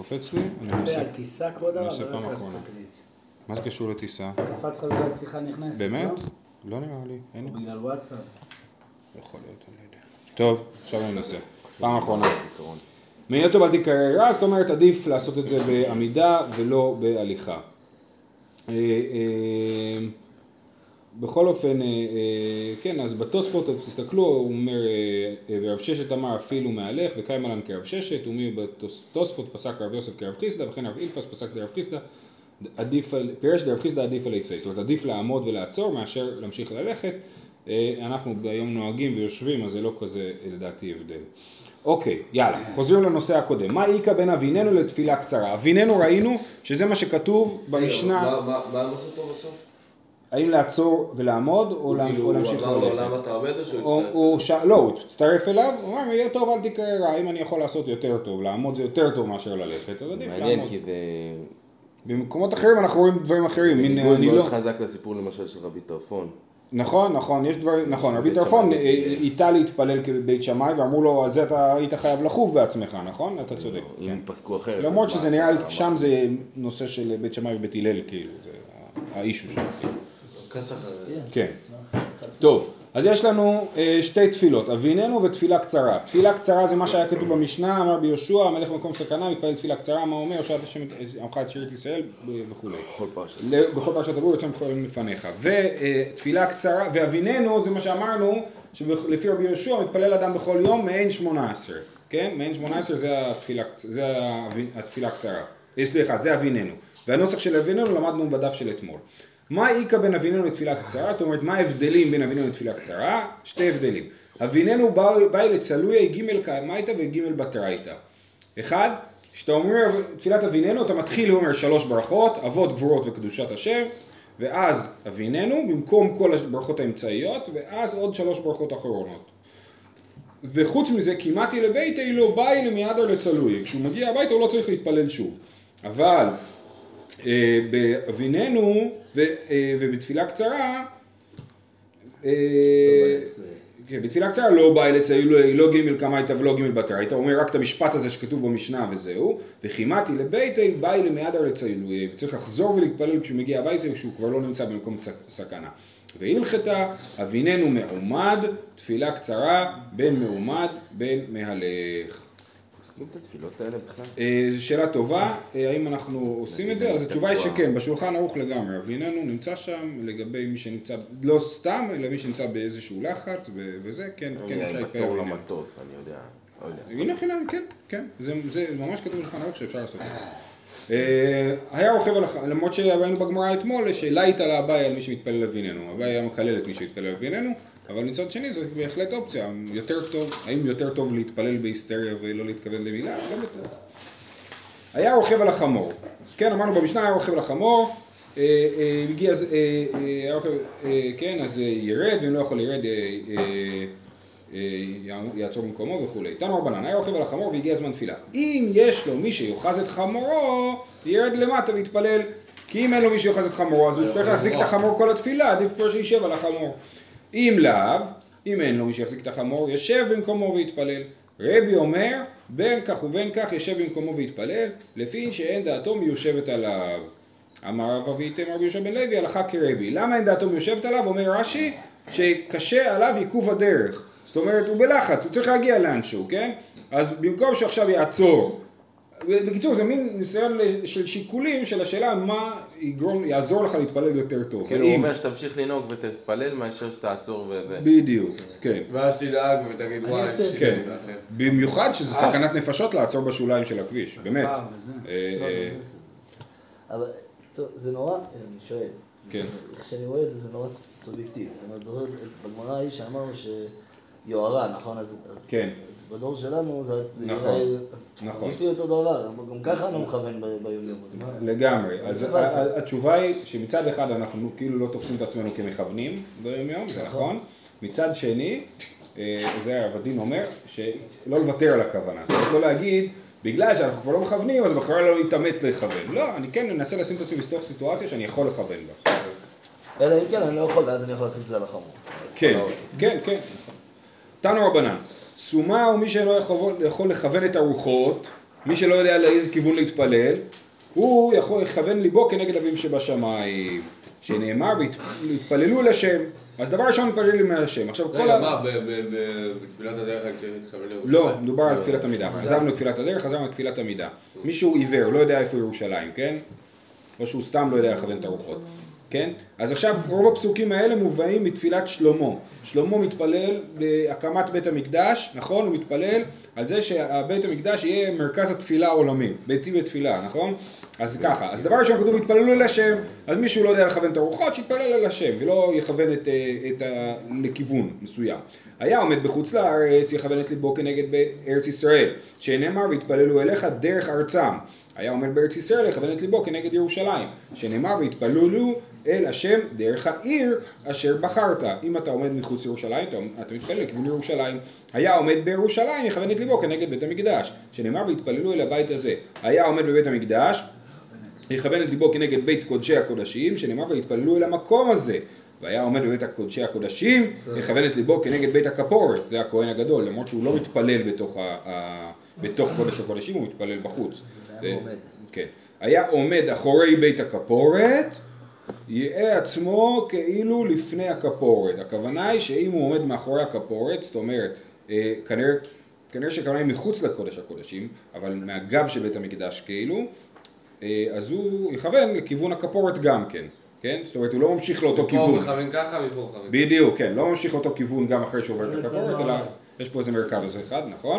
קופץ לי. זה על טיסה כבודה, אני אעשה פעם אחרונה. מה זה קשור לטיסה? קפץ לך בגלל שיחה נכנסת, באמת? לא נראה לי. או בגלל וואטסאפ. יכול להיות, אני לא יודע. טוב, עכשיו אני אנסה. פעם אחרונה. מהיותו בל תקררה, זאת אומרת עדיף לעשות את זה בעמידה ולא בהליכה. בכל אופן, כן, אז בתוספות, תסתכלו, הוא אומר, ורב ששת אמר אפילו מהלך וקיים עליהם כרב ששת, ומי בתוספות פסק רב יוסף כרב חיסדא, וכן רב אילפס פסק דרב חיסדא, פירש דרב חיסדא עדיף על להתפייס, זאת אומרת עדיף לעמוד ולעצור מאשר להמשיך ללכת. אנחנו היום נוהגים ויושבים, אז זה לא כזה לדעתי הבדל. אוקיי, יאללה, חוזרים לנושא הקודם. מה איקה בין אביננו לתפילה קצרה? אביננו ראינו שזה מה שכתוב במשנה. מה הנושא פה בסוף? האם לעצור ולעמוד או להמשיך ללכת? למה אתה עומד או שהוא הצטרף? לא, הוא הצטרף אליו, הוא אומר, יהיה טוב אל תקררה, אם אני יכול לעשות יותר טוב, לעמוד זה יותר טוב מאשר ללכת, אז עדיף לעמוד. מעניין כי זה... במקומות אחרים אנחנו רואים דברים אחרים. בניגוד מאוד חזק לסיפור למשל של רבי טרפון. נכון, יש דברים, נכון, רבי טרפון איתה להתפלל כבית שמאי ואמרו לו, על זה אתה היית חייב לחוב בעצמך, נכון? אתה צודק. אם פסקו אחרת. למרות שזה נראה לי, שם זה נושא של בית שמאי ובית הלל, כאילו, זה האישו שם. כן. טוב, אז יש לנו שתי תפילות, אביננו ותפילה קצרה. תפילה קצרה זה מה שהיה כתוב במשנה, אמר ביהושע, המלך במקום סכנה, מתפלל תפילה קצרה, מה אומר? הושעת השם עמך את שארית ישראל וכו'. בכל פרשת הבור יוצאים חולים לפניך. ותפילה קצרה, ואביננו זה מה שאמרנו, שלפי רבי יהושע מתפלל אדם בכל יום מעין 18. כן? מעין 18 זה התפילה הקצרה. סליחה, זה אביננו. והנוסח של אביננו למדנו בדף של אתמול. מה איקה בין אביננו לתפילה קצרה? זאת אומרת, מה ההבדלים בין אביננו לתפילה קצרה? שתי הבדלים. אביננו באי לצלויה ג' קמייתא וג' בתרייתא. אחד, כשאתה אומר תפילת אביננו, אתה מתחיל לומר 3 ברכות, אבות גבורות וקדושת השם, ואז אביננו, במקום כל הברכות האמצעיות, ואז עוד 3 ברכות אחרונות. וחוץ מזה, כמעטי לביתי לא באי למיעדר לצלויה. כשהוא מגיע הביתה הוא לא צריך להתפלל שוב. אבל באביננו ובתפילה קצרה, בתפילה קצרה לא בא לצלויה, לא ג' קמייתא ולא ג' בתרייתא, הוא אומר רק את המשפט הזה שכתוב במשנה וזהו, וכימתי לביתי באי למיעדר לצלויה, וצריך לחזור ולהתפלל כשהוא מגיע הביתה כשהוא כבר לא נמצא במקום סכנה. והלכתה, אביננו מעומד, תפילה קצרה, בין מעומד, בין מהלך. עושים את התפילות האלה בכלל? זו שאלה טובה, האם אנחנו עושים את זה? אז התשובה היא שכן, בשולחן ערוך לגמרי. אביננו נמצא שם לגבי מי שנמצא, לא סתם, אלא מי שנמצא באיזשהו לחץ וזה, כן, אפשר להתפלל אביננו. בתור למטוס, אני יודע. הנה חינם, כן, זה ממש כתוב בשולחן ערוך שאפשר לעשות את זה. היה רוכב על החמור, למרות שהיינו בגמרא אתמול, שאלה איתה לאביי על מי שמתפלל אביננו. אביי היה מקלל את מי שמתפלל אביננו, אבל מצד שני זה בהחלט אופציה. יותר טוב, האם יותר טוב להתפלל בהיסטריה ולא להתכוון למילה? לא בטוח. היה רוכב על החמור. כן, אמרנו במשנה היה רוכב על החמור, הגיע, היה רוכב, כן, אז ירד, ואם לא יכול לרד, יעצור במקומו וכו'. תנו רבנן, היה רוכב על החמור והגיע זמן תפילה. אם יש לו מי שיוחז את חמורו, ירד למטה ויתפלל. כי אם אין לו מי שיוחז את חמורו, אז הוא יצטרך להחזיק את החמור כל התפילה, עדיף כבר שישב על החמור. אם לאו, אם אין לו מי שיחזיק את החמור, ישב במקומו ויתפלל. רבי אומר, בין כך ובין כך ישב במקומו ויתפלל, לפי שאין דעתו מיושבת עליו. אמר רב אביתם רבי יהושע בן לוי, הלכה כרבי. למה אין דעתו מיושבת עליו? אומר רש"י, שקשה עליו עיכוב הדרך. זאת אומרת, הוא בלחץ, הוא צריך להגיע לאנשהו, כן? אז במקום שעכשיו יעצור, בקיצור, זה מין ניסיון של שיקולים של השאלה מה יעזור לך להתפלל יותר טוב. כאילו הוא אומר שתמשיך לנהוג ותתפלל מאשר שתעצור בדיוק, כן. ואז תדאג ותגיד וואי. כן, במיוחד שזה סכנת נפשות לעצור בשוליים של הכביש, באמת. אבל, טוב, זה נורא, אני שואל. כן. כשאני רואה את זה, זה נורא סובייקטיבי. זאת אומרת, זוכרת, בגמרא היא שאמרנו שיוהרה, נכון? כן. בדור שלנו זה נכון. יש לי אותו דבר, גם ככה אני מכוון ביום-יום. לגמרי, אז התשובה היא שמצד אחד אנחנו כאילו לא תופסים את עצמנו כמכוונים ביום-יום, זה נכון. מצד שני, זה הרב אומר, שלא לוותר על הכוונה, זאת אומרת לא להגיד, בגלל שאנחנו כבר לא מכוונים, אז בכלל לא להתאמץ לכוון. לא, אני כן מנסה לשים את עצמי בתוך סיטואציה שאני יכול לכוון בה. אלא אם כן, אני לא יכול, ואז אני יכול לעשות את זה על החמור. כן, כן, כן. תנו רבנן. סומה הוא מי שלא יכול לכוון את הרוחות, מי שלא יודע לאיזה כיוון להתפלל, הוא יכול לכוון ליבו כנגד אביו שבשמיים, שנאמר והתפללו אל השם. אז דבר ראשון מתפללים אל השם. עכשיו כל רגע, מה, בתפילת הדרך התכוון לירושלים? לא, מדובר על תפילת עמידה. עזבנו את תפילת הדרך, חזרנו לתפילת עמידה. מישהו עיוור, לא יודע איפה ירושלים, כן? או שהוא סתם לא יודע לכוון את הרוחות. כן? אז עכשיו רוב הפסוקים האלה מובאים מתפילת שלמה. שלמה מתפלל בהקמת בית המקדש, נכון? הוא מתפלל על זה שבית המקדש יהיה מרכז התפילה העולמי, ביתי בתפילה, נכון? אז ככה, אז דבר ראשון כתוב התפללו אל השם, אז מישהו לא יודע לכוון את הרוחות, שיתפלל אל השם ולא יכוון לכיוון מסוים. היה עומד בחוץ לארץ, יכוון את ליבו כנגד בארץ ישראל, שנאמר והתפללו אליך דרך ארצם. היה עומד בארץ ישראל, יכוון את ליבו כנגד ירושלים, שנאמר והתפללו אל השם דרך העיר אשר בחרת. אם אתה עומד מחוץ לירושלים, אתה מתפלל לכיוון ירושלים. היה עומד בירושלים, יכוון את ליבו כנגד בית המקדש, שנאמר והתפללו אל הבית הזה. היה עומד בבית המקדש, יכוון את ליבו כנגד בית קודשי הקודשים, שנאמר והתפללו אל המקום הזה. והיה עומד בבית קודשי הקודשים, יכוון את ליבו כנגד בית הכפורת, זה הכהן הגדול, למרות שהוא לא מתפלל בתוך קודש הקודשים, הוא מתפלל בחוץ. כן. היה עומד אחורי בית הכפורת, יראה עצמו כאילו לפני הכפורת. הכוונה היא שאם הוא עומד מאחורי הכפורת, זאת אומרת, כנראה שכוונה היא מחוץ לקודש הקודשים, אבל מהגב של בית המקדש כאילו, אז הוא יכוון לכיוון הכפורת גם כן. כן? זאת אומרת, הוא לא ממשיך לאותו כיוון. מפה מכוון ככה, מפה מכוון ככה. בדיוק, כן. לא ממשיך לאותו כיוון גם אחרי שעובר את הכפורת, אלא יש פה איזה מרכב אחד, נכון?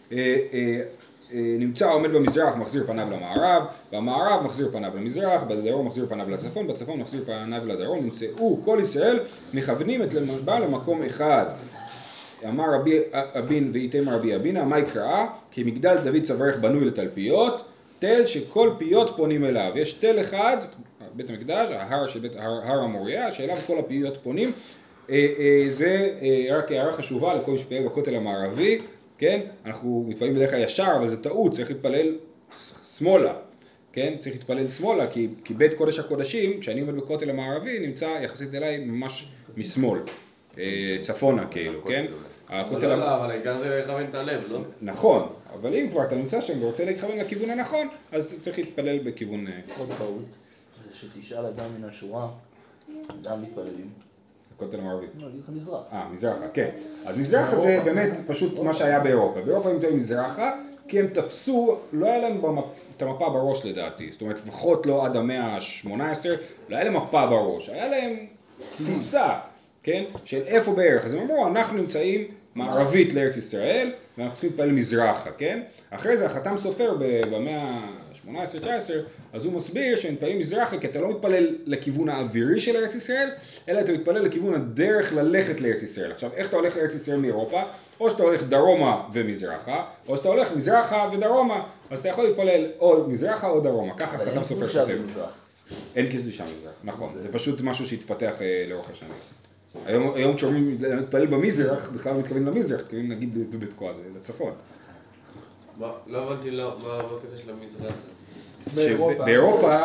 נמצא עומד במזרח, מחזיר פניו למערב, במערב מחזיר פניו למזרח, בדרום מחזיר פניו לצפון, בצפון מחזיר פניו לדרום, נמצאו כל ישראל מכוונים את ליבם למקום אחד. אמר רבי אבין ואיתמר רבי אבינה, מה יקרא? כי מגדל דוד צווארך בנוי לתלפיות, תל שכל פיות פונים אליו. יש תל אחד, בית המקדש, הר המוריה, שאליו כל הפיות פונים. זה רק הערה חשובה לכל משפעי בכותל המערבי, כן? אנחנו מתפללים בדרך הישר, אבל זה טעות, צריך להתפלל שמאלה, כן? צריך להתפלל שמאלה, כי בית קודש הקודשים, כשאני עומד בכותל המערבי, נמצא יחסית אליי ממש משמאל, צפונה כאילו, כן? אבל העיקר זה לכוון את הלב, לא? נכון, אבל אם כבר אתה נמצא שם ורוצה לכוון לכיוון הנכון, אז צריך להתפלל בכיוון... עוד טעות, זה שתשאל אדם מן השורה, אדם מתפללים. הכותל המערבי. לא, אני אגיד לך מזרח. מזרחה, כן. אז מזרחה זה באמת פשוט מה שהיה באירופה. באירופה הם טועים מזרחה, כי הם תפסו, לא היה להם את המפה בראש לדעתי. זאת אומרת, לפחות לא עד המאה ה-18, לא היה להם מפה בראש. היה להם תפיסה, כן? של איפה בערך. אז הם אמרו, אנחנו נמצאים מערבית לארץ ישראל, ואנחנו צריכים להתפלל מזרחה, כן? אחרי זה החתם סופר במאה ה-18-19, אז הוא מסביר שמתפללים מזרחה, כי אתה לא מתפלל לכיוון האווירי של ארץ ישראל, אלא אתה מתפלל לכיוון הדרך ללכת לארץ ישראל. עכשיו, איך אתה הולך לארץ ישראל מאירופה? או שאתה הולך דרומה ומזרחה, או שאתה הולך מזרחה ודרומה, אז אתה יכול להתפלל או מזרחה או דרומה, ככה החתם סופר כותב. אין קדושה מזרח, נכון, זה פשוט משהו שהתפתח לאורך השנים. היום כשאומרים להתפלל במזרח, בכלל לא מתכוונים למזרח, מתכוונים נגיד בתקוע, זה לצפון. לא הבנתי מה הקטע של המזרח. באירופה,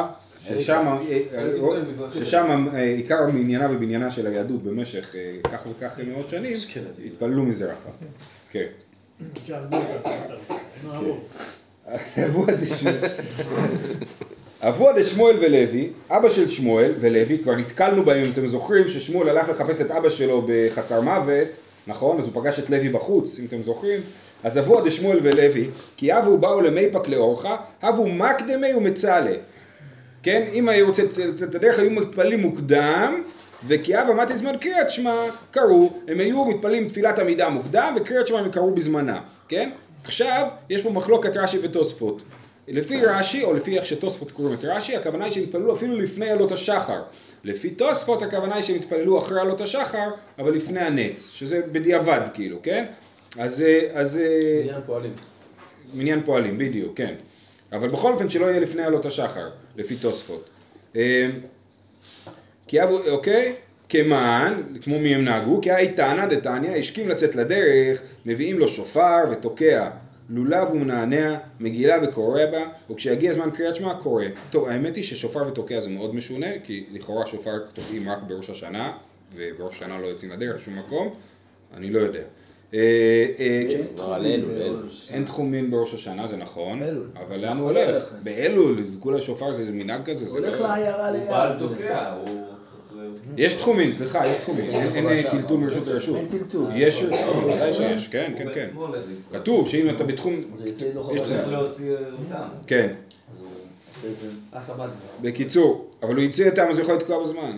ששם עיקר מעניינה ובניינה של היהדות במשך כך וכך מאות שנים, התפללו מזרחה. כן. אבוה דשמואל ולוי, אבא של שמואל ולוי, כבר נתקלנו בהם, אם אתם זוכרים ששמואל הלך לחפש את אבא שלו בחצר מוות, נכון? אז הוא פגש את לוי בחוץ, אם אתם זוכרים. אז אבוה דשמואל ולוי, כי אבו באו למייפק לאורחה, אבו מקדמי ומצלה. כן? אם היו רוצה לצאת הדרך, היו מתפללים מוקדם, וכי אבא מתי זמן קריאת שמע קראו, הם היו מתפללים תפילת עמידה מוקדם, וקריאת שמע הם קראו בזמנה, כן? עכשיו, יש פה מחלוקת רש"י ותוספות. לפי רש"י, או לפי איך שתוספות קוראים את רש"י, הכוונה היא שהם התפללו אפילו לפני עלות השחר. לפי תוספות, הכוונה היא שהם התפללו אחרי עלות השחר, אבל לפני הנץ, שזה בדיעבד כאילו, כן? אז... מניין פועלים. מניין פועלים, בדיוק, כן. אבל בכל אופן שלא יהיה לפני עלות השחר, לפי תוספות. כי אבו, אוקיי? כמן, כמו מי הם נהגו, כי האיתנא דתניא, השכים לצאת לדרך, מביאים לו שופר ותוקע. לולב ומנענע, מגילה וקורא בה, וכשיגיע זמן קריאת שמע, קורא. טוב, האמת היא ששופר ותוקע זה מאוד משונה, כי לכאורה שופר תוקעים רק בראש השנה, ובראש השנה לא יוצאים לדרך לשום מקום, אני לא יודע. על אלול. אין תחומים בראש השנה, זה נכון, אלול. אבל לאן הוא הולך? באלול, זה כולה שופר, זה מנהג כזה. זה הולך לא- לעיירה הוא ליד. בעל תוקע, הוא צריך... יש תחומים, סליחה, יש תחומים, אין טלטול מרשות לרשות. אין טלטול. יש, ודאי שיש, כן, כן, כן. בעצמו לוי. כתוב שאם אתה בתחום, זה יוצא לו יש חבל. לך- צריך להוציא אותם. כן. אז הוא עושה את זה. איך למדנו? בקיצור, אבל הוא יצא איתם אז הוא יכול לתקוע בזמן.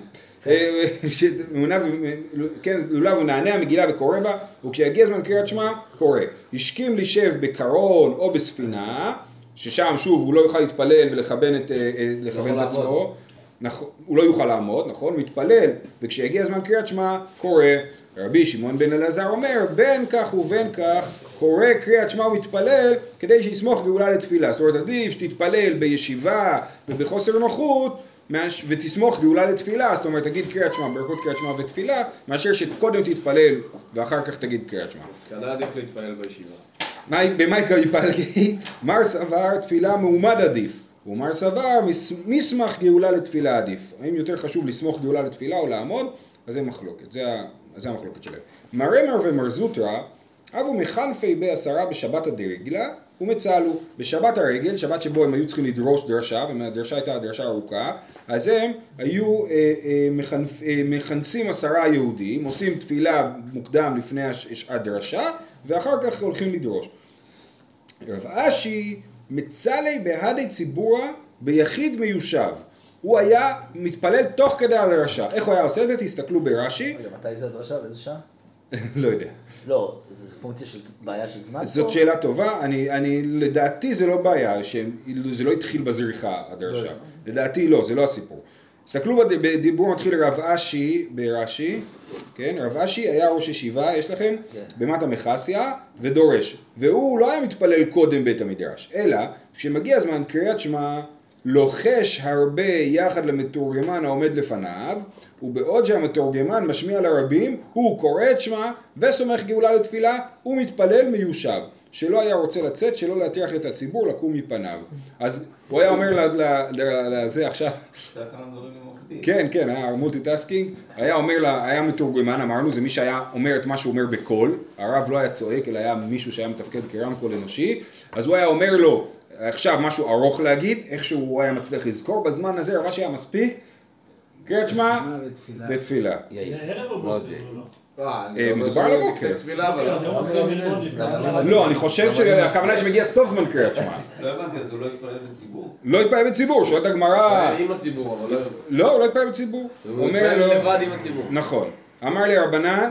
כן, לולב הוא נענע מגילה וקורא בה, וכשיגיע זמן קריאת שמע, קורא. השכים לישב בקרון או בספינה, ששם שוב הוא לא יוכל להתפלל ולכוון את עצמו. הוא לא יוכל לעמוד, נכון? הוא מתפלל, וכשיגיע זמן קריאת שמע, קורא. רבי שמעון בן אלעזר אומר, בין כך ובין כך, קורא קריאת שמע ומתפלל, כדי שיסמוך גאולה לתפילה. זאת אומרת, עדיף שתתפלל בישיבה ובחוסר נוחות, ותסמוך גאולה לתפילה, זאת אומרת, תגיד קריאת שמע, ברכות קריאת שמע ותפילה, מאשר שקודם תתפלל ואחר כך תגיד קריאת שמע. כנראה עדיף להתפלל בישיבה. במה יקפל? מר סבר תפילה מעומד עדיף, ומר סבר מסמך גאולה לתפילה עדיף. האם יותר חשוב לסמוך גאולה לתפילה או לעמוד? אז זה מחלוקת, זה המחלוקת שלהם. מרמר ומר זוטרא, אבו מחנפי בעשרה בשבת הדרגלה, ומצאלו. בשבת הרגל, שבת שבו הם היו צריכים לדרוש דרשה, והדרשה הייתה דרשה ארוכה, אז הם היו מכנסים 10 יהודים, עושים תפילה מוקדם לפני הדרשה, ואחר כך הולכים לדרוש. רב אשי מצאלי בהדי ציבורה ביחיד מיושב. הוא היה מתפלל תוך כדי הדרשה. איך הוא היה עושה את זה? תסתכלו ברש"י. רגע, מתי זה הדרשה? באיזה שעה? לא יודע. לא, זה פונקציה של בעיה של זמן? זאת שאלה טובה, לדעתי זה לא בעיה, זה לא התחיל בזריחה הדרשה, לדעתי לא, זה לא הסיפור. תסתכלו בדיבור מתחיל רב אשי ברש"י, כן, רב אשי היה ראש ישיבה, יש לכם, במת המחסיה, ודורש, והוא לא היה מתפלל קודם בית המדרש, אלא כשמגיע זמן קריאת שמע, לוחש הרבה יחד למתורגמן העומד לפניו, ובעוד שהמתורגמן משמיע לרבים, הוא קורא את שמע וסומך גאולה לתפילה, הוא מתפלל מיושב, שלא היה רוצה לצאת, שלא להטריח את הציבור לקום מפניו. אז הוא היה אומר לזה עכשיו, זה היה כמה דברים במקביל. כן, כן, היה מולטיטאסקינג, היה אומר, היה מתורגמן, אמרנו, זה מי שהיה אומר את מה שהוא אומר בקול, הרב לא היה צועק, אלא היה מישהו שהיה מתפקד כרמקול אנושי, אז הוא היה אומר לו, עכשיו משהו ארוך להגיד, איכשהו הוא היה מצליח לזכור, בזמן הזה הרב שהיה מספיק, קריאת שמע ותפילה. זה ערב או בוקר? מדובר על הבוקר. תפילה, אבל זה מתחיל ללמוד לפני. לא, אני חושב שהכוונה שמגיע סוף זמן קריאת שמע. לא הבנתי, אז הוא לא התפלל בציבור? לא התפלל בציבור, שואלת הגמרא. עם הציבור, אבל לא, הוא לא התפלל בציבור. הוא מתפלל לבד עם הציבור. נכון. אמר לי רבנן,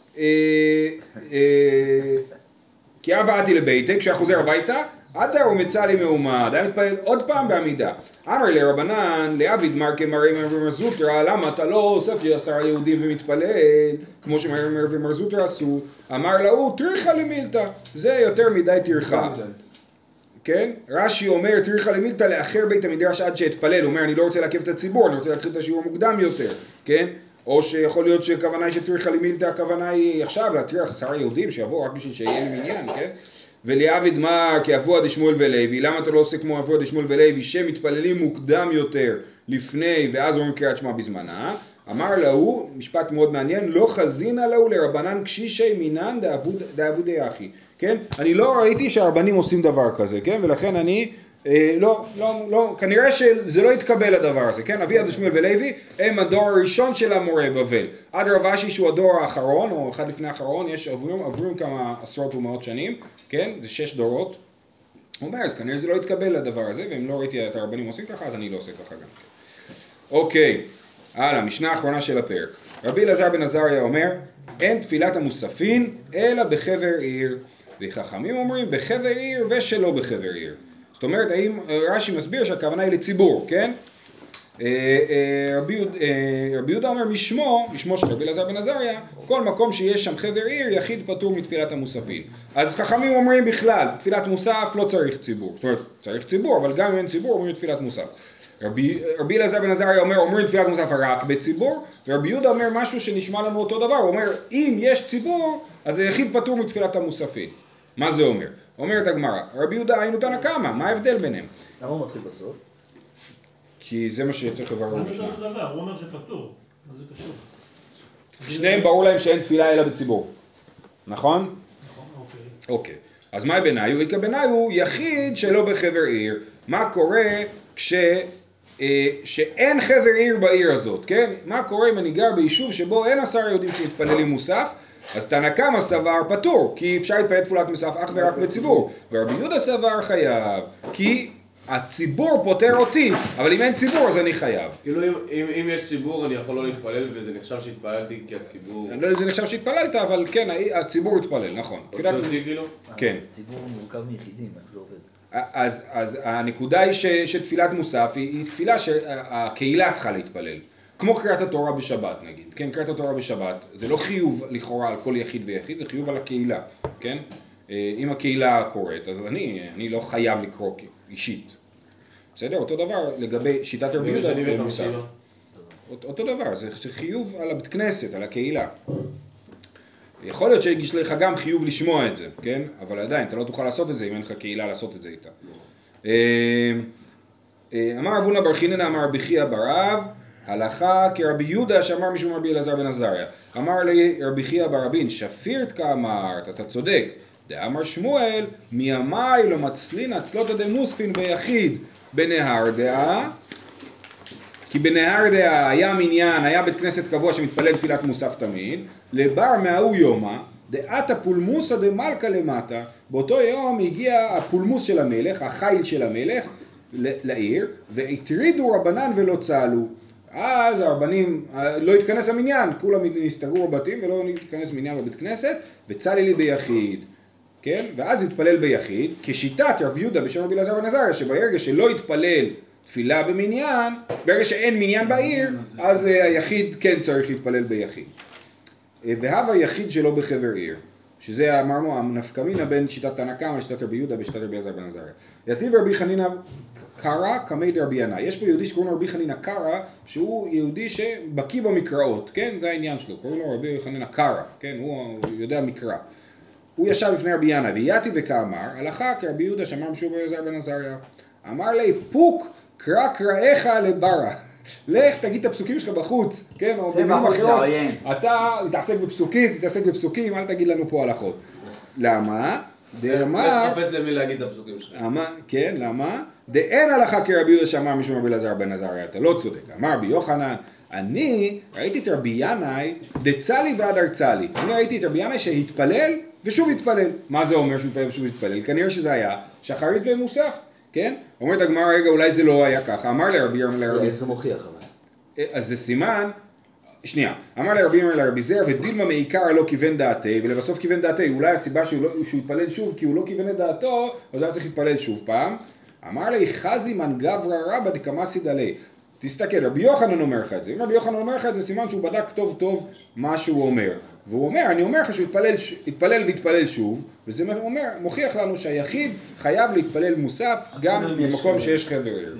כי אבאתי לביתי, כשהיה חוזר הביתה, עד הוא מצא לי מעומד, היה מתפלל עוד פעם בעמידה. אמר לי רבנן, לאביד מרקה מרמר ומרזוטרא, למה אתה לא אוסף לי 10 יהודים ומתפלל, כמו שמרמר ומרזוטרא עשו? אמר לה, תריכה למילתא, זה יותר מדי תריכה. כן? רש"י אומר, תריכה למילתא לאחר בית המדרש עד שאתפלל, הוא אומר, אני לא רוצה לעכב את הציבור, אני רוצה להתחיל את השיעור מוקדם יותר, כן? או שיכול להיות שהכוונה היא שתריכה למילתא, הכוונה היא עכשיו להטריח 10 יהודים שיבואו רק בשביל שיהיה עם עניין, כן? וליעביד מר כאבוה דשמואל ולוי, למה אתה לא עושה כמו אבוה דשמואל ולוי שמתפללים מוקדם יותר לפני ואז אומרים קריאת שמע בזמנה? אמר להוא, משפט מאוד מעניין, לא חזינה להוא לרבנן קשישי מינן דאבודי אחי, כן? אני לא ראיתי שהרבנים עושים דבר כזה, כן? ולכן אני לא, כנראה שזה לא יתקבל הדבר הזה, כן? אביה דשמואל ולוי הם הדור הראשון של המורה בבל. עד רב אשי שהוא הדור האחרון, או אחד לפני האחרון, יש עבורים כמה עשרות ומאות שנים, כן? זה 6 דורות. הוא אומר, אז כנראה זה לא יתקבל הדבר הזה, ואם לא ראיתי את הרבנים עושים ככה, אז אני לא עושה ככה גם. אוקיי, הלאה, משנה האחרונה של הפרק. רבי אלעזר בן עזריה אומר, אין תפילת המוספין, אלא בחבר עיר. וחכמים אומרים, בחבר עיר ושלא בחבר עיר. זאת אומרת, האם רש"י מסביר שהכוונה היא לציבור, כן? רבי יהודה אומר משמו של רבי אלעזר בן עזריה, כל מקום שיש שם חבר עיר, יחיד פטור מתפילת המוספין. אז חכמים אומרים בכלל, תפילת מוסף לא צריך ציבור. זאת אומרת, צריך ציבור, אבל גם אם אין ציבור, אומרים תפילת מוסף. רבי אלעזר בן עזריה אומרים תפילת מוסף רק בציבור, ורבי יהודה אומר משהו שנשמע לנו אותו דבר, הוא אומר, אם יש ציבור, אז היחיד פטור מתפילת המוספין. מה זה אומר? אומרת הגמרא, רבי יהודה היינו תנא קמא, מה ההבדל ביניהם? למה הוא מתחיל בסוף? כי זה מה שצריך לברר זה בשנייה. אותו דבר, הוא אומר שפטור. מה זה קשור? שניהם ברור להם שאין תפילה אלא בציבור, נכון? אוקיי, אז מה בניו? איקה בניו יחיד שלא בחבר עיר. מה קורה שאין חבר עיר בעיר הזאת, כן? מה קורה אם אני גר ביישוב שבו אין 10 יהודים שמתפללים מוסף? אז תנא קמא סבר פטור, כי אפשר להתפלל תפילת מוסף אך ורק בציבור. ורבי יהודה סבר חייב, כי הציבור פוטר אותי, אבל אם אין ציבור אז אני חייב. כאילו אם יש ציבור אני יכול לא להתפלל וזה נחשב שהתפללתי כי הציבור... אני לא יודע אם זה נחשב שהתפללת, אבל כן, הציבור התפלל, נכון. זה אותי כאילו? כן. הציבור מורכב מיחידים, איך זה עובד? אז הנקודה היא שתפילת מוסף היא תפילה שהקהילה צריכה להתפלל. כמו קריאת התורה בשבת נגיד, כן? קריאת התורה בשבת זה לא חיוב לכאורה על כל יחיד ויחיד, זה חיוב על הקהילה, כן? אם הקהילה קוראת, אז אני לא חייב לקרוא אישית. בסדר? אותו דבר לגבי שיטת רבי יהודה במוסף. אותו דבר, זה חיוב על הבית כנסת, על הקהילה. יכול להיות שיגיש לך גם חיוב לשמוע את זה, כן? אבל עדיין, אתה לא תוכל לעשות את זה אם אין לך קהילה לעשות את זה איתה. אמר אבונה בר חיננה, אמר רבי חייא בר רב, הלכה כרבי יהודה שאמר משום רבי אלעזר בן עזריה. אמר לי רבי חייא בר רבין, שפירת כאמרת, אתה צודק. דאמר שמואל, מימי לא מצלין הצלותא דמוספין ביחיד בנהר דעה. כי בנהר דעה היה מניין, היה בית כנסת קבוע שמתפלל תפילת מוסף תמיד, לבר מההוא יומא, דעת הפולמוסא דמלכא למטה, באותו יום הגיע הפולמוס של המלך, החיל של המלך, לעיר, והטרידו רבנן ולא צהלו. אז הרבנים, לא התכנס המניין, כולם הסתגרו בבתים ולא התכנס מניין בבית כנסת, וצלי לי ביחיד. כן? ואז התפלל ביחיד, כשיטת רב יהודה בשם רבי אלעזר בן עזריה, שברגע שלא התפלל תפילה במניין, ברגע שאין מניין בעיר, אז היחיד כן צריך להתפלל ביחיד. והווה יחיד שלא בחבר עיר, שזה אמרנו הנפקא מינה בין שיטת תנא קמא לשיטת רבי יהודה בשיטת רבי אלעזר בן עזריה. יתיב רבי חנינא קרא קמי דרבי ינאי. יש פה יהודי שקוראים לו רבי חנינא קרא, שהוא יהודי שבקיא במקראות, כן? זה העניין שלו, קוראים לו רבי חנינא קרא, כן? הוא יודע מקרא. הוא ישב לפני רבי ינאי, ויתי וכאמר, הלכה כרבי יהודה שאמר משום רבי אלעזר בן עזריה. אמר לי, פוק קרא קראיך לברה. לך תגיד את הפסוקים שלך בחוץ, כן? זה בחוץ, זה עוין. אתה תתעסק בפסוקים, אל תגיד לנו פה הלכות. למה? דאמר... תחפש למי להגיד את הפסוקים שלך. כן, למה? דאין הלכה כרבי יהודה שאמר משום רבי אלעזר בן עזריה, אתה לא צודק. אמר רבי יוחנן, אני ראיתי את רבי ינאי דצלי ועד ארצלי. אני ראיתי את רבי ינאי שהתפלל ושוב התפלל. מה זה אומר שהוא התפלל ושוב התפלל? כנראה שזה היה שחרית ומוסף, כן? אומרת הגמרא, רגע, אולי זה לא היה ככה. אמר לרבי ירמיה, זה מוכיח אבל. אז זה סימן, שנייה, אמר לרבי ירמיה לרבי זר, ודילמה מעיקר לא כיוון דעתי, ולבסוף כיוון דעתי, אולי הסיבה שהוא התפלל שוב, כי הוא לא כיוון את דעתו, אז הוא צריך להתפלל שוב פעם. אמר לי, חזי מן גברא רבא דקמסיד עלי. תסתכל, רבי יוחנן אומר לך את זה. אם רבי יוחנן אומר לך את זה, סימן שהוא בדק טוב טוב מה שהוא אומר. והוא אומר, אני אומר לך שהוא התפלל והתפלל שוב, וזה מוכיח לנו שהיחיד חייב להתפלל מוסף גם במקום שיש חבר עיר.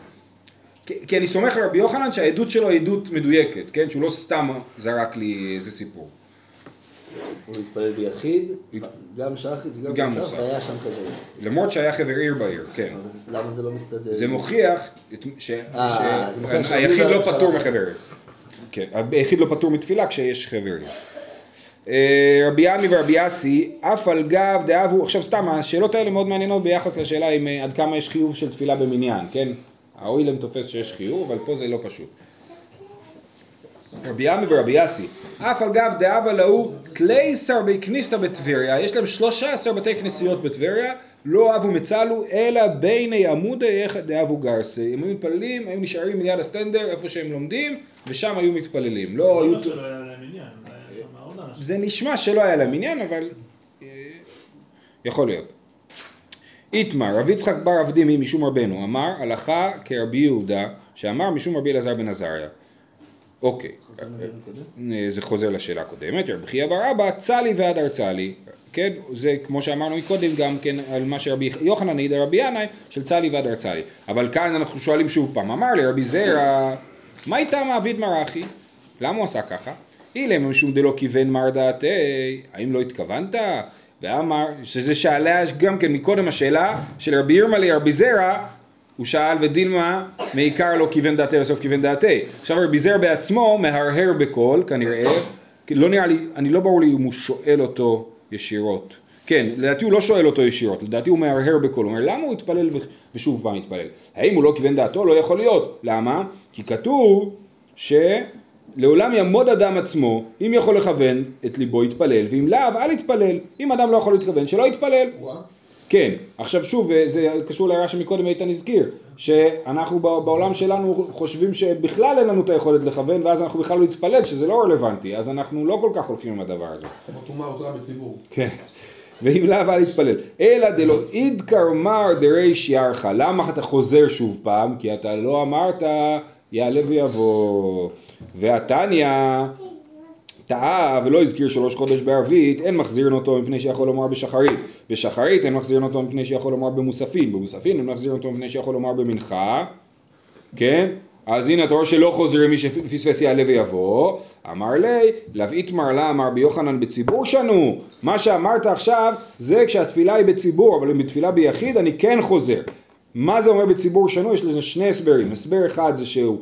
כי אני סומך על רבי יוחנן שהעדות שלו היא עדות מדויקת, כן? שהוא לא סתם זרק לי איזה סיפור. הוא התפלל ביחיד, גם שחית וגם מוסף, והיה שם חבר עיר. למרות שהיה חבר עיר בעיר, כן. למה זה לא מסתדר? זה מוכיח שהיחיד לא פטור מחבר עיר. כן, היחיד לא פטור מתפילה כשיש חבר עיר. רבי עמי ורבי אסי, אף על גב דאבו, עכשיו סתם, השאלות האלה מאוד מעניינות ביחס לשאלה אם עד כמה יש חיוב של תפילה במניין, כן? האוילם תופס שיש חיוב, אבל פה זה לא פשוט. רבי עמי ורבי אסי, אף על גב דאבה לאו, תלייסר בי כניסתא בטבריה, יש להם 13 בתי כנסיות בטבריה, לא אהבו מצלו, אלא ביני עמודי יחד דאבו גרסי. הם היו מתפללים, היו נשארים ליד הסטנדר, איפה שהם לומדים, ושם היו מתפללים. לא היו... זה נשמע שלא היה להם עניין, אבל יכול להיות. איתמר, רבי יצחק בר עבדימי משום רבנו, אמר, הלכה כרבי יהודה, שאמר משום רבי אלעזר בן עזריה. אוקיי, זה חוזר לשאלה הקודמת, רבי חייא בר אבא, צלי ועד ארצלי, כן, זה כמו שאמרנו מקודם גם כן על מה שרבי יוחנן העיד על רבי ינאי, של צלי ועד ארצלי. אבל כאן אנחנו שואלים שוב פעם, אמר לי רבי זרע, מה איתה מעביד מרחי? למה הוא עשה ככה? אילם משום דלא כיוון מר דעתי, האם לא התכוונת? ואמר, שזה שאלה גם כן מקודם השאלה של רבי ירמיה לרבי זרע, הוא שאל ודילמה מעיקר לא כיוון דעתי בסוף כיוון דעתי. עכשיו רבי זרע בעצמו מהרהר בקול כנראה, לא נראה לי, אני לא ברור לי אם הוא שואל אותו ישירות, כן, לדעתי הוא לא שואל אותו ישירות, לדעתי הוא מהרהר בקול, הוא אומר למה הוא התפלל ושוב פעם התפלל? האם הוא לא כיוון דעתו? לא יכול להיות. למה? כי כתוב שלעולם יעמוד אדם עצמו, אם יכול לכוון את ליבו יתפלל, ואם לאו אל יתפלל. אם אדם לא יכול להתכוון, שלא יתפלל. כן, עכשיו שוב, זה קשור להערה שמקודם איתן הזכיר, שאנחנו בעולם שלנו חושבים שבכלל אין לנו את היכולת לכוון, ואז אנחנו בכלל לא נתפלל, שזה לא רלוונטי, אז אנחנו לא כל כך הולכים עם הדבר הזה. תאמר אותה בציבור. כן, ואם לאו אל יתפלל. אלא דלא אידקר מר דריש ירחה, למה אתה חוזר שוב פעם? כי אתה לא אמרת יעלה ויבוא. והתניא טעה ולא הזכיר 3 חודש בערבית, אין מחזירן אותו מפני שיכול לומר בשחרית. בשחרית אין מחזירן אותו מפני שיכול לומר במוספין. במוספין אין מחזירן אותו מפני שיכול לומר במנחה. כן? אז הנה אתה רואה שלא חוזרים מי שפספס יעלה ויבוא. אמר לי, להביא תמר לה, אמר ביוחנן בציבור שנו. מה שאמרת עכשיו זה כשהתפילה היא בציבור, אבל אם בתפילה ביחיד אני כן חוזר. מה זה אומר בציבור שנו? יש לזה 2 הסברים. הסבר אחד זה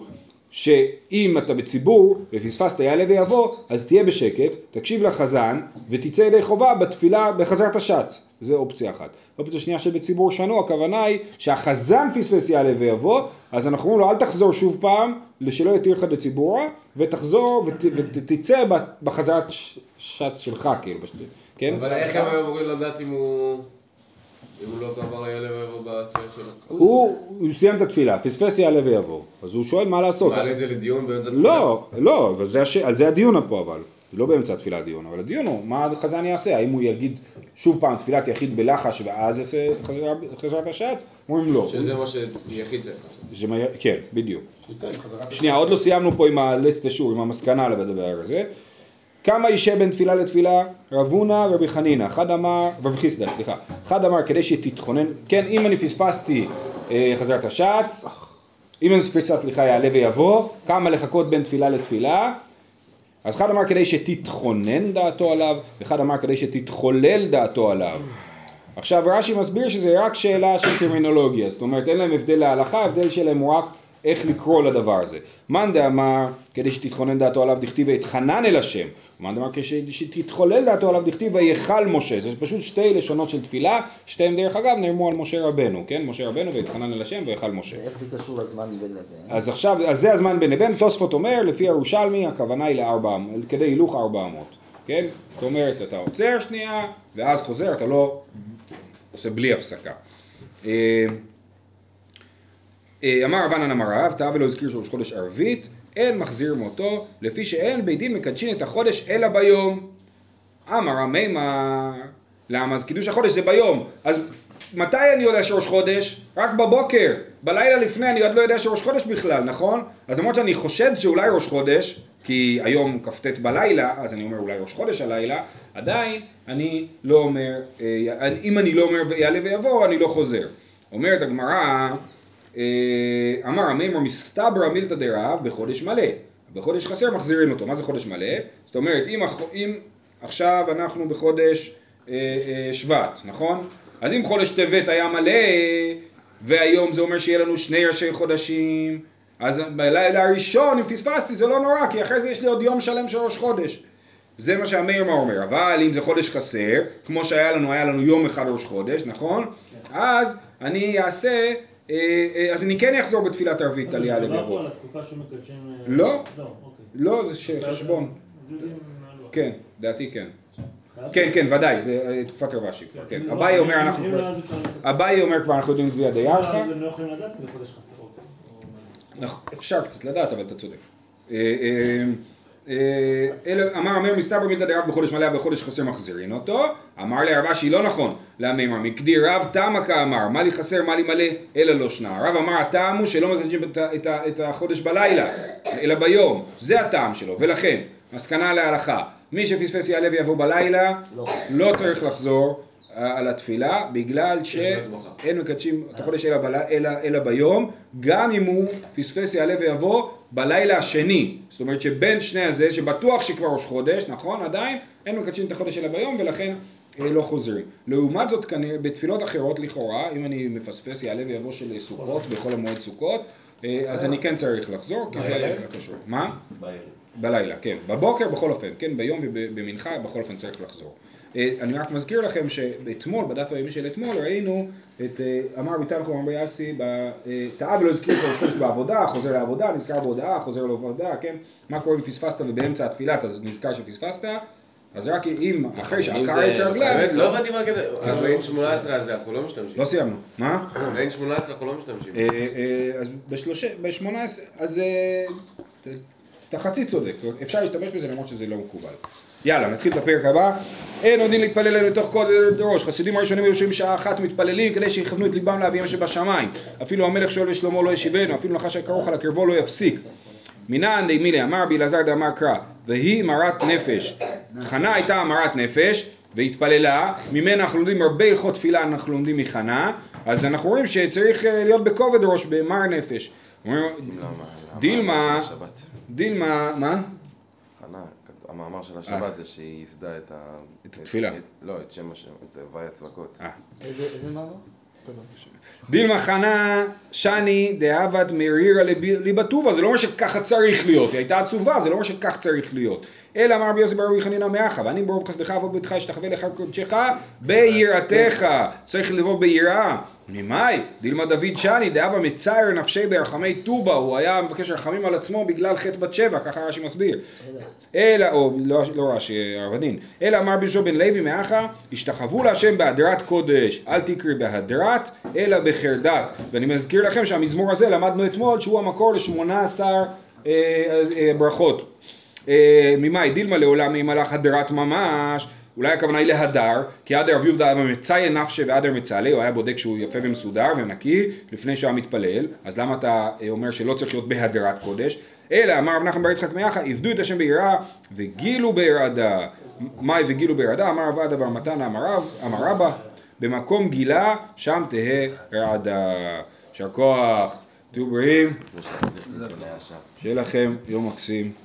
שאם אתה בציבור ופספסת יעלה ויבוא, אז תהיה בשקט, תקשיב לחזן ותצא ידי חובה בתפילה בחזרת השץ. זה אופציה אחת. אופציה שנייה שבציבור שנו, הכוונה היא שהחזן פספס יעלה ויבוא, אז אנחנו אומרים לו אל תחזור שוב פעם, שלא יתיר לך לציבורה, ותחזור ותצא בחזרת שץ שלך, כאילו, כן? אבל איך הם אמורים לדעת אם הוא לא עבר יעלה ויבוא בתפילה שלו? הוא סיים את התפילה, פספס יעלה ויבוא, אז הוא שואל מה לעשות. מעלה את זה לדיון באמצע התפילה? לא, על זה הדיון פה אבל, לא באמצע התפילה הדיון, אבל הדיון הוא מה החזן יעשה, האם הוא יגיד שוב פעם תפילת יחיד בלחש ואז יעשה חזרת השעת? אומרים לא. שזה מה שיחיד צריך לעשות. כן, בדיוק. שנייה, עוד לא סיימנו פה עם הלצטשור, עם המסקנה לדבר הזה. כמה אישה בין תפילה לתפילה? רב הונא ורבי חנינא, רב חיסדא, סליחה. אחד אמר כדי שתתכונן, כן, אם אני פספסתי חזרת השץ, אם אני פספסתי יעלה ויבוא, כמה לחכות בין תפילה לתפילה? אז אחד אמר כדי שתתכונן דעתו עליו, ואחד אמר כדי שתתחולל דעתו עליו. עכשיו רש"י מסביר שזה רק שאלה של טרמינולוגיה, זאת אומרת אין להם הבדל להלכה, ההבדל שלהם הוא רק איך לקרוא לדבר הזה. מאן דאמר כדי שתתכונן דעתו עליו דכתיב ויתחנן אל השם, מאן דאמר כדי שתתחולל דעתו עליו דכתיב ויכל משה, זה פשוט 2 לשונות של תפילה, שתיהם דרך אגב נאמרו על משה רבנו, כן? משה רבנו ויתחנן אל השם ויכל משה. איך זה קשור לזמן בין לבין? אז עכשיו, אז זה הזמן בין לבין, תוספות אומר, לפי ירושלמי הכוונה היא כדי הילוך 400, כן? זאת אומרת, אתה עוצר שנייה, ואז חוזר, אתה לא עושה בלי הפסקה. אמר רבנן אמר רב, טעה ולא הזכיר שראש חודש ערבית, אין מחזיר מותו, לפי שאין בית דין מקדשין את החודש אלא ביום. אמר המימר, למה? אז קידוש החודש זה ביום, אז מתי אני יודע שראש חודש? רק בבוקר, בלילה לפני אני עוד לא יודע שראש חודש בכלל, נכון? אז למרות שאני חושד שאולי ראש חודש, כי היום כ"ט בלילה, אז אני אומר אולי ראש חודש הלילה, עדיין אני לא אומר, אם אני לא אומר יעלה ויבוא, אני לא חוזר. אומרת הגמרא, אמר המימר מסתברא מילתא דרב בחודש מלא, בחודש חסר מחזירים אותו. מה זה חודש מלא? זאת אומרת, אם עכשיו אנחנו בחודש שבט, נכון? אז אם חודש טבת היה מלא, והיום זה אומר שיהיה לנו 2 ראשי חודשים, אז בלילה הראשון, אם פספסתי, זה לא נורא, כי אחרי זה יש לי עוד יום שלם של ראש חודש. זה מה שהמימר אומר, אבל אם זה חודש חסר, כמו שהיה לנו יום אחד ראש חודש, נכון? אז אני אעשה, אז אני כן אחזור בתפילת ערבית על יעלה ויבוא. מדובר פה על התקופה שמקדשים... לא, אוקיי. לא, זה חשבון. כן, דעתי כן. כן, ודאי, זה תקופת רבשי. כן, אביי אומר כבר אנחנו יודעים גביע דיירחה. אז הם לא יכולים לדעת אם זה חודש חסרות. אפשר קצת לדעת, אבל אתה צודק. אמר מסתברא מילתא דרב בחודש מלא בחודש חסר מחזירין אותו. אמר לרבשי לא נכון, למימר מקדי רב תמה כאמר, מה לי חסר מה לי מלא אלא לא שנה. הרב אמר הטעם הוא שלא מקדשים את החודש בלילה אלא ביום, זה הטעם שלו, ולכן מסקנה להלכה, מי שפספס יעלה ויבוא בלילה לא צריך לחזור על התפילה, בגלל שאין מקדשים את החודש אלא ביום, גם אם הוא פספס יעלה ויבוא בלילה השני, זאת אומרת שבין שני הזה, שבטוח שכבר ראש חודש, נכון, עדיין, אין מקדשים את החודש אלא ביום, ולכן לא חוזרים. לעומת זאת, בתפילות אחרות לכאורה, אם אני מפספס יעלה ויבוא של סוכות, בכל המועד סוכות, אז אני כן צריך לחזור, כי זה קשור. מה? בלילה, כן. בבוקר בכל אופן, כן, ביום ובמנחה בכל אופן צריך לחזור. אני רק מזכיר לכם שאתמול, בדף היומי של אתמול, ראינו את אמר ביטל חום אמרי יאסי, טעה ולא הזכיר את השתמש בעבודה, חוזר לעבודה, נזכר בהודעה, חוזר לעבודה, כן? מה קורה אם פספסת ובאמצע התפילת אז נזכר שפספסת? אז רק אם אחרי שעקר את הרגליים... באמת, לא הבנתי מה הקטע, אז בין 18 הזה אנחנו לא משתמשים. לא סיימנו, מה? בין 18 אנחנו לא משתמשים. אז ב-18, אז אתה חצי צודק, אפשר להשתמש בזה למרות שזה לא מקובל. יאללה, נתחיל את הפרק הבא. אין עוד דין להתפלל להם לתוך קודש ראש. חסידים הראשונים היו שעה אחת מתפללים כדי שיכוונו את ליבם לאביהם שבשמיים. אפילו המלך שואל ושלמה לא ישיבנו, אפילו נחש הכרוך על הקרבו לא יפסיק. מינן די מילי אמר בלעזר דאמר קרא, והיא מרת נפש. חנה הייתה מרת נפש והתפללה, ממנה אנחנו לומדים הרבה הלכות תפילה, אנחנו לומדים מחנה, אז אנחנו רואים שצריך להיות בכובד ראש, במר נפש. דילמה, מה? חנה, המאמר של השבת זה שהיא ייסדה את התפילה. לא, את שם השם, את הוואי הצלקות. איזה מאמר? דילמה חנה שני דאבת מרירה ליבטובה, זה לא אומר שככה צריך להיות, היא הייתה עצובה, זה לא אומר שכך צריך להיות. אלא אמר רבי יוסי בר רבי חנינא מאחה, ואני ברוב חסדך אבוא ביתך אשתחווה לך קודשך ביראתך, צריך לבוא ביראה. ממאי? דילמה דוד שני דאבה מצער נפשי ברחמי טובה, הוא היה מבקש רחמים על עצמו בגלל חטא בת שבע, ככה רש"י מסביר. אלא, או לא רש"י, ערבדין, אלא אמר בישוע בן לוי מאחה, השתחוו להשם בהדרת קודש, אל תקרא בהדרת, אלא בחרדת. ואני מזכיר לכם שהמזמור הזה למדנו אתמול שהוא המקור ל18 ברכות. ממאי? דילמה לעולם ימלך הדרת ממש, אולי הכוונה היא להדר, כי עדר רבי יהודה היה מציין נפשי ועדר מצלה, הוא היה בודק שהוא יפה ומסודר ונקי לפני שהוא מתפלל, אז למה אתה אומר שלא צריך להיות בהדרת קודש? אלא אמר רב נחמן בר יצחק מאחה, עבדו את השם ביראה וגילו ביראה. מאי וגילו ביראה? אמר רב עדה בר מתנא אמר רבא, במקום גילה שם תהא רעדה. יישר כוח, תהיו בריאים, שיהיה לכם יום מקסים.